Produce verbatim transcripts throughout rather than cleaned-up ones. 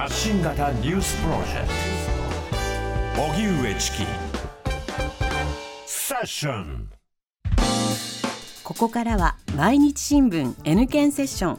発信型ニュースプロジェクト荻上チキセッション。 ここからは毎日新聞 N 検セッション。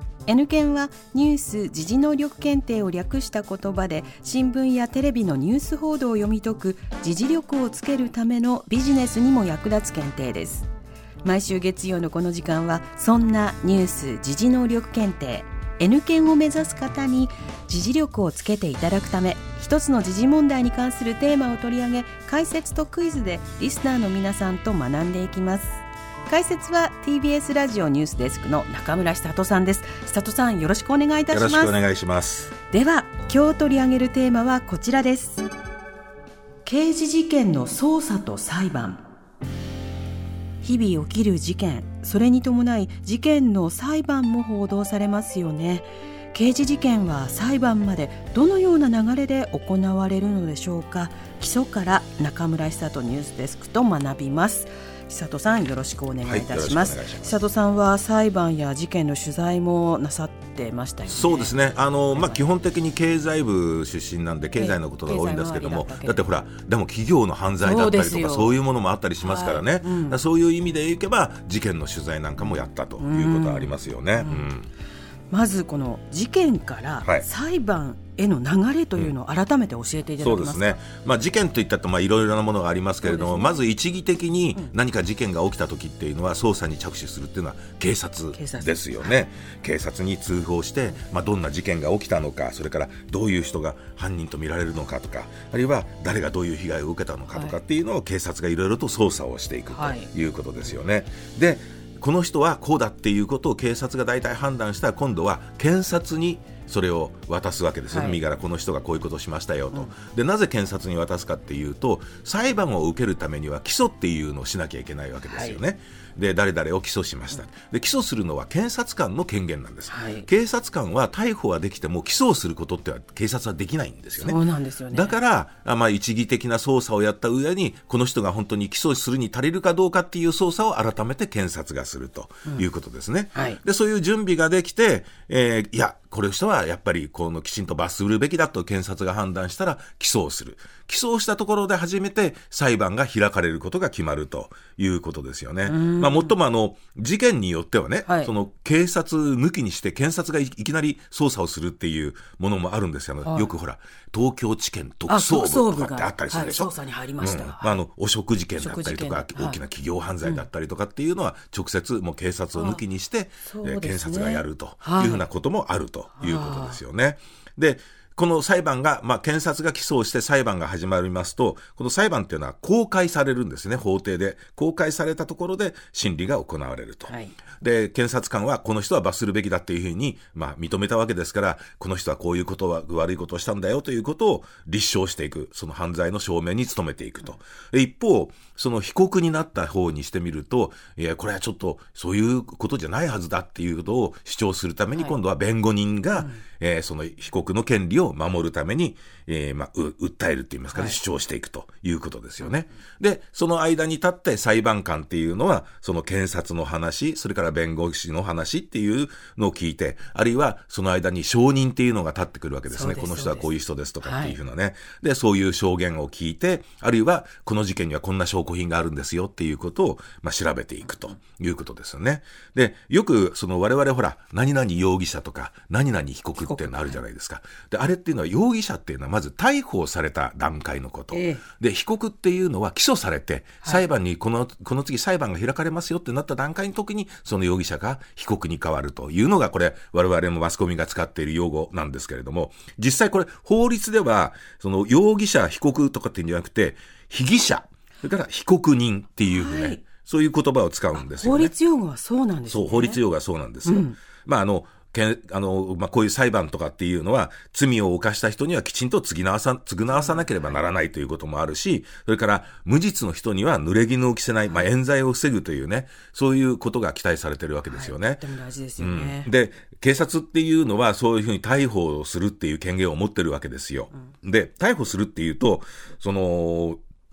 N 検はニュース・時事能力検定を略した言葉で、新聞やテレビのニュース報道を読み解く時事力をつけるためのビジネスにも役立つ検定です。毎週月曜のこの時間は、そんなニュース・時事能力検定 N 検を目指す方に時事力をつけていただくため、一つの時事問題に関するテーマを取り上げ、解説とクイズでリスナーの皆さんと学んでいきます。解説は ティービーエス ラジオニュースデスクの中村久人さんです。久人さん、よろしくお願いいたします。 よろしくお願いします。 では今日取り上げるテーマはこちらです。刑事事件の捜査と裁判。日々起きる事件、それに伴い事件の裁判も報道されますよね。刑事事件は裁判までどのような流れで行われるのでしょうか。基礎から中村久人ニュースデスクと学びます。久人さん、よろしくお願いいたします。はい、久人さんは裁判や事件の取材もなさってましたよね。 そうですね、あの、まあ、基本的に経済部出身なんで経済のことが多いんですけども、だってほら、でも企業の犯罪だったりとか そ, そういうものもあったりしますからね、はい、うん、だそういう意味でいけば事件の取材なんかもやったということはありますよね。うんうん、 まずこの事件から裁判への流れというのを改めて教えていただけますか。 そうですね、まあ、事件といったといろいろなものがありますけれども、ね、まず一義的に何か事件が起きた時っていうのは捜査に着手するっていうのは警察ですよね。警察に通報して、まあ、どんな事件が起きたのか、それからどういう人が犯人と見られるのかとか、あるいは誰がどういう被害を受けたのかとかっていうのを警察がいろいろと捜査をしていくということですよね。はい、でこの人はこうだっていうことを警察が大体判断したら、今度は検察にそれを渡すわけですよね。はい、身柄この人がこういうことをしましたよと。うん、でなぜ検察に渡すかっていうと、裁判を受けるためには起訴っていうのをしなきゃいけないわけですよね。はい、で誰々を起訴しました。で起訴するのは検察官の権限なんです。はい、警察官は逮捕はできても起訴をすることっては警察はできないんですよね。 そうなんですよね。 だから、まあ、一義的な捜査をやった上に、この人が本当に起訴するに足りるかどうかっていう捜査を改めて検察がするということですね。うん、はい、でそういう準備ができて、えー、いやこの人はやっぱりこのきちんと罰するべきだと検察が判断したら起訴をする。起訴をしたところで初めて裁判が開かれることが決まるということですよね。まあ、もっともあの事件によってはね、はい、その警察抜きにして検察が い, いきなり捜査をするっていうものもあるんですよ。はい、よくほら東京地検特捜部とかってあったりするでしょ。 はい、捜査に入りました。うん、まあ、あの汚職事件だったりとか、はい、大きな企業犯罪だったりとかっていうのは直接もう警察を抜きにして、うん、ね、検察がやるというふうなこともあるということですよね。でこの裁判が、まあ、検察が起訴をして裁判が始まりますと、この裁判っていうのは公開されるんですね。法廷で公開されたところで審理が行われると。はい、で検察官はこの人は罰するべきだっていうふうに、まあ、認めたわけですから、この人はこういうことは悪いことをしたんだよということを立証していく、その犯罪の証明に努めていくと。で一方その被告になった方にしてみると、いやこれはちょっとそういうことじゃないはずだっていうことを主張するために、今度は弁護人が、はい、えー、その被告の権利を守るために、えーまあ、訴えるって言いますかね、はい、主張していくということですよね。でその間に立って裁判官っていうのはその検察の話、それから弁護士の話っていうのを聞いて、あるいはその間に証人っていうのが立ってくるわけですね。この人はこういう人ですとかっていうふうなね、はい、でそういう証言を聞いて、あるいはこの事件にはこんな証拠品があるんですよっていうことを、まあ、調べていくということですよね。でよくその我々ほら何々容疑者とか何々被告っていうのあるじゃないですか。であれっていうのは容疑者っていうのはまず逮捕された段階のこと、えー、で被告っていうのは起訴されて裁判にこの、はい、この次裁判が開かれますよってなった段階の時にその容疑者が被告に変わるというのが、これ我々のマスコミが使っている用語なんですけれども、実際これ法律ではその容疑者被告とかっていうんじゃなくて被疑者、それから被告人っていうふうね、はい、そういう言葉を使うんですよね。 法律用語はそうなんですね。 そう、法律用語はそうなんですよ。うん、まああのけあのまあ、こういう裁判とかっていうのは罪を犯した人にはきちんと償わさ、償わさなければならないということもあるし、それから無実の人には濡れ衣を着せない、まあ、冤罪を防ぐというね、そういうことが期待されているわけですよね。はい、とても大事ですよね。うん、で警察っていうのはそういうふうに逮捕をするっていう権限を持ってるわけですよ。うん、で逮捕するっていうとその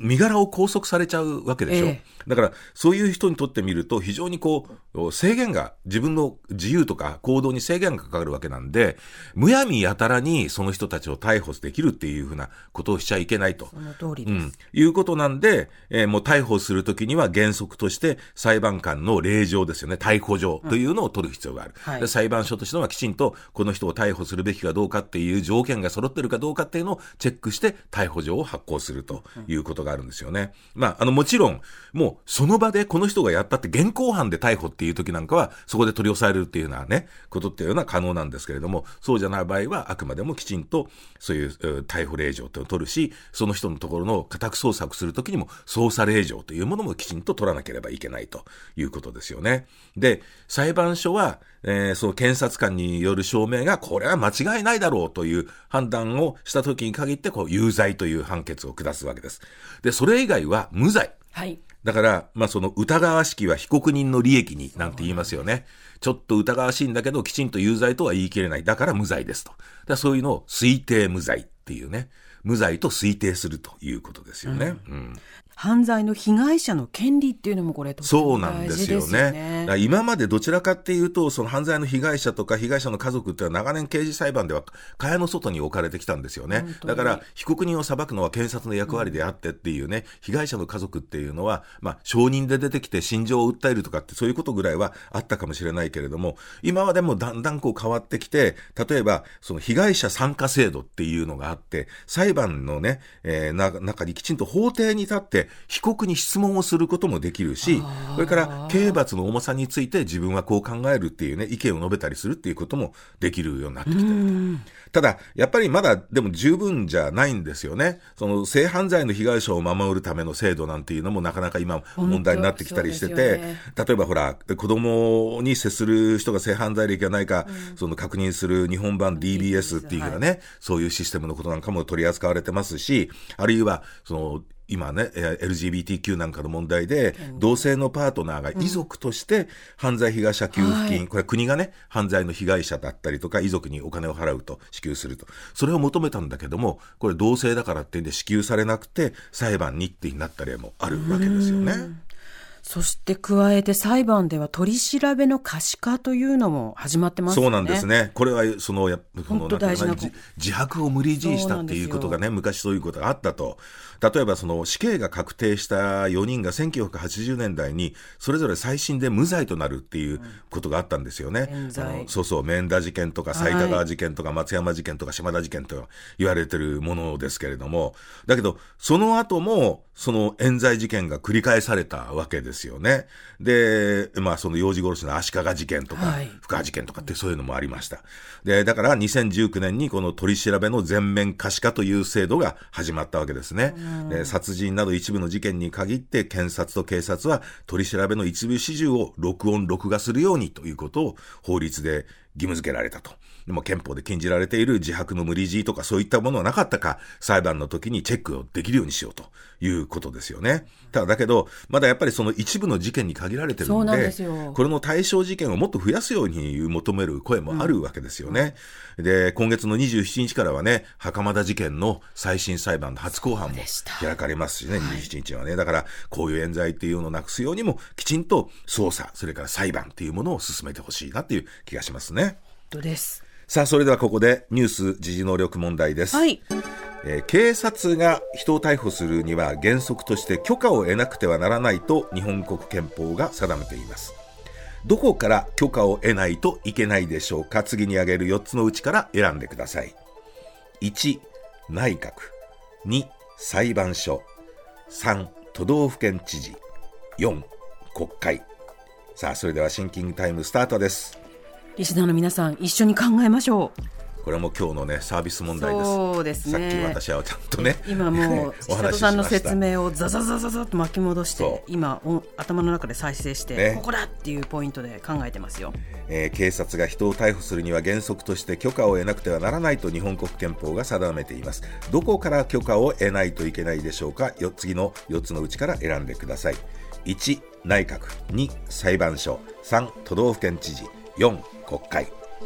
身柄を拘束されちゃうわけでしょ、えー、だからそういう人にとってみると非常にこう制限が、自分の自由とか行動に制限がかかるわけなんで、むやみやたらにその人たちを逮捕できるっていうふうなことをしちゃいけないと、 その通りです、うん、 いうことなんで、えー、もう逮捕するときには原則として裁判官の令状ですよね、逮捕状というのを取る必要がある、うんはい、で裁判所としてはきちんとこの人を逮捕するべきかどうかっていう条件が揃ってるかどうかっていうのをチェックして逮捕状を発行するということがあるんですよね。まあ、あのもちろんもうその場でこの人がやったって現行犯で逮捕っていう時なんかはそこで取り押さえるっていうようなねことっていうのは可能なんですけれども、そうじゃない場合はあくまでもきちんとそういう逮捕令状っていうのを取るし、その人のところの家宅捜索する時にも捜査令状というものもきちんと取らなければいけないということですよね。で、裁判所は、えー、その検察官による証明がこれは間違いないだろうという判断をした時に限ってこう有罪という判決を下すわけです。で、それ以外は無罪。 はい。 だから、まあ、その疑わしきは被告人の利益になんて言いますよね。ちょっと疑わしいんだけどきちんと有罪とは言い切れない。だから無罪ですと。だからそういうのを推定無罪っていうね。無罪と推定するということですよね。うん。うん、 犯罪の被害者の権利っていうのもこれとても大事ですよね。 そうなんですよね。だから今までどちらかっていうとその犯罪の被害者とか被害者の家族っていうのは長年刑事裁判では蚊帳の外に置かれてきたんですよね。だから被告人を裁くのは検察の役割であってっていうね、うん、被害者の家族っていうのは、まあ、証人で出てきて心情を訴えるとかってそういうことぐらいはあったかもしれないけれども、今はでもだんだんこう変わってきて、例えばその被害者参加制度っていうのがあって、裁判のね、えー、な中にきちんと法廷に立って被告に質問をすることもできるし、それから刑罰の重さについて自分はこう考えるっていうね、意見を述べたりするっていうこともできるようになってきてると。ただやっぱりまだでも十分じゃないんですよね。その性犯罪の被害者を守るための制度なんていうのもなかなか今問題になってきたりしてて、ね、例えばほら子供に接する人が性犯罪歴がないか、うん、その確認する日本版 ディービーエス っていうようなね、はい、そういうシステムのことなんかも取り扱われてますし、あるいはその今ね エルジービーティーキュー なんかの問題で同性のパートナーが遺族として犯罪被害者給付金、うん、これは国がね犯罪の被害者だったりとか遺族にお金を払うと支給すると、それを求めたんだけども、これ同性だからってんで支給されなくて裁判にってになった例もあるわけですよね。 そして加えて裁判では取り調べの可視化というのも始まってますよね。 そうなんですね。これはそのやそのなんか自白を無理強いしたっていうことがね、昔そういうことがあったと。例えばその死刑が確定したよにんがせんきゅうひゃくはちじゅうねんだいにそれぞれ再審で無罪となるっていうことがあったんですよね。 うん、あのそうそう、免田事件とか埼玉事件とか松山事件とか島田事件と言われてるものですけれども、だけどその後もその冤罪事件が繰り返されたわけですよね。で、まあその幼児殺しの足利事件とか、はい、深川事件とかってそういうのもありました。で、だからにせんじゅうきゅうねんにこの取り調べの全面可視化という制度が始まったわけですね。で、殺人など一部の事件に限って検察と警察は取り調べの一部始終を録音録画するようにということを法律で義務付けられたと。でも憲法で禁じられている自白の無理強いとかそういったものはなかったか、裁判の時にチェックをできるようにしようということですよね。ただだけどまだやっぱりその一部の事件に限られてるの で, でこれの対象事件をもっと増やすように求める声もあるわけですよね。うん、で今月のにじゅうしちにちからはね、袴田事件の再審裁判の初公判も開かれますしね、にじゅうしちにちはね。だからこういう冤罪っていうのをなくすようにもきちんと捜査、それから裁判っていうものを進めてほしいなっていう気がしますね。 本当です。 さあ、それではここでニュース時事能力問題です。 はい。 えー、警察が人を逮捕するには原則として許可を得なくてはならないと日本国憲法が定めています。どこから許可を得ないといけないでしょうか。次に挙げるよっつのうちから選んでください。いち、内閣。に、裁判所。さん、都道府県知事。よん、国会。さあ、それではシンキングタイムスタートです。 リスナーの皆さん、一緒に考えましょう。 これも今日のねサービス問題です。 そうですね。 さっき私はちゃんとね今もう千里さんの説明をザザザザザッと巻き戻して今頭の中で再生して、ね、ここだっていうポイントで考えてますよ。 えー、警察が人を逮捕するには原則として許可を得なくてはならないと日本国憲法が定めています。どこから許可を得ないといけないでしょうか。よ次のよっつのうちから選んでください。いち、内閣。に、裁判所。さん、都道府県知事。よん、国会。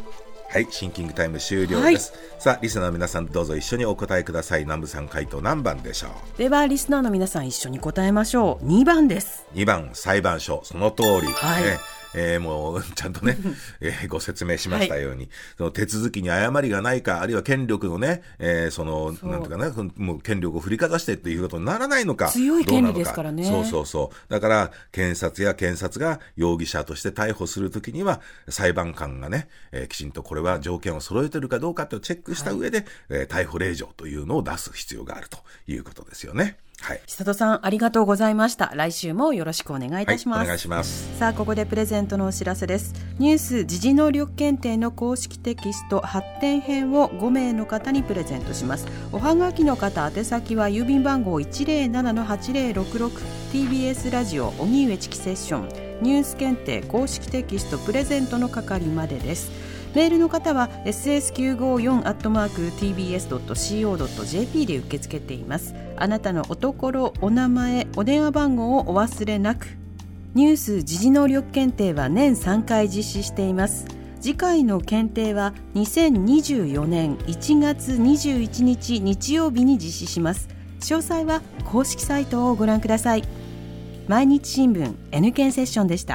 はい、シンキングタイム終了です、はい、さあリスナーの皆さんどうぞ一緒にお答えください。南部さん回答何番でしょう。 ではリスナーの皆さん一緒に答えましょう。にばんです。 にばん裁判所、その通り、はい、ねえー、もうちゃんとね、えー、ご説明しましたように、はい、その手続きに誤りがないか、あるいは権力のね、えー、そのなんていうかね、もう権力を振りかざしてっていうことにならないのか、 強い権利ですからね。 そうそうそう。だから検察や検察が容疑者として逮捕するときには裁判官がね、えー、きちんとこれは条件を揃えてるかどうかとチェックした上で、はい、えー、逮捕令状というのを出す必要があるということですよね。はい、 久戸さんありがとうございました。来週もよろしくお願いいたします。 はい、お願いします。 さあここでプレゼントのお知らせです。ニュース時事能力検定の公式テキスト発展編をごめいの方にプレゼントします。おはがきの方宛先は郵便番号 いちぜろななのはちぜろろくろく ティービーエス ラジオ荻上チキセッションニュース検定公式テキストプレゼントの係までです。メールの方は エスエスきゅうごよん アットマーク ティービーエス ドット シーオー ドット ジェーピー で受け付けています。あなたのおところ、お名前、お電話番号をお忘れなく。ニュース時事能力検定は年さんかい実施しています。次回の検定はにせんにじゅうよねんいちがつにじゅういちにち日曜日に実施します。詳細は公式サイトをご覧ください。毎日新聞 N 検セッションでした。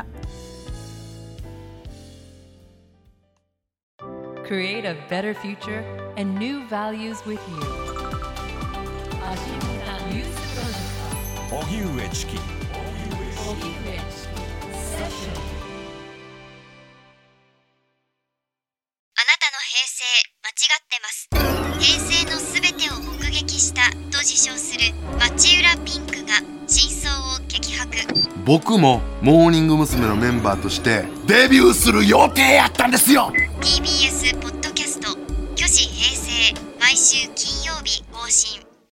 Create a better future and new values with you. 荻上チキ。 あなたの平成間違ってます。平成のすべてを目撃したと自称する町浦ピンクが真相を激白。 僕もモーニング娘。のメンバーとしてデビューする予定やったんですよ。 ティービーエス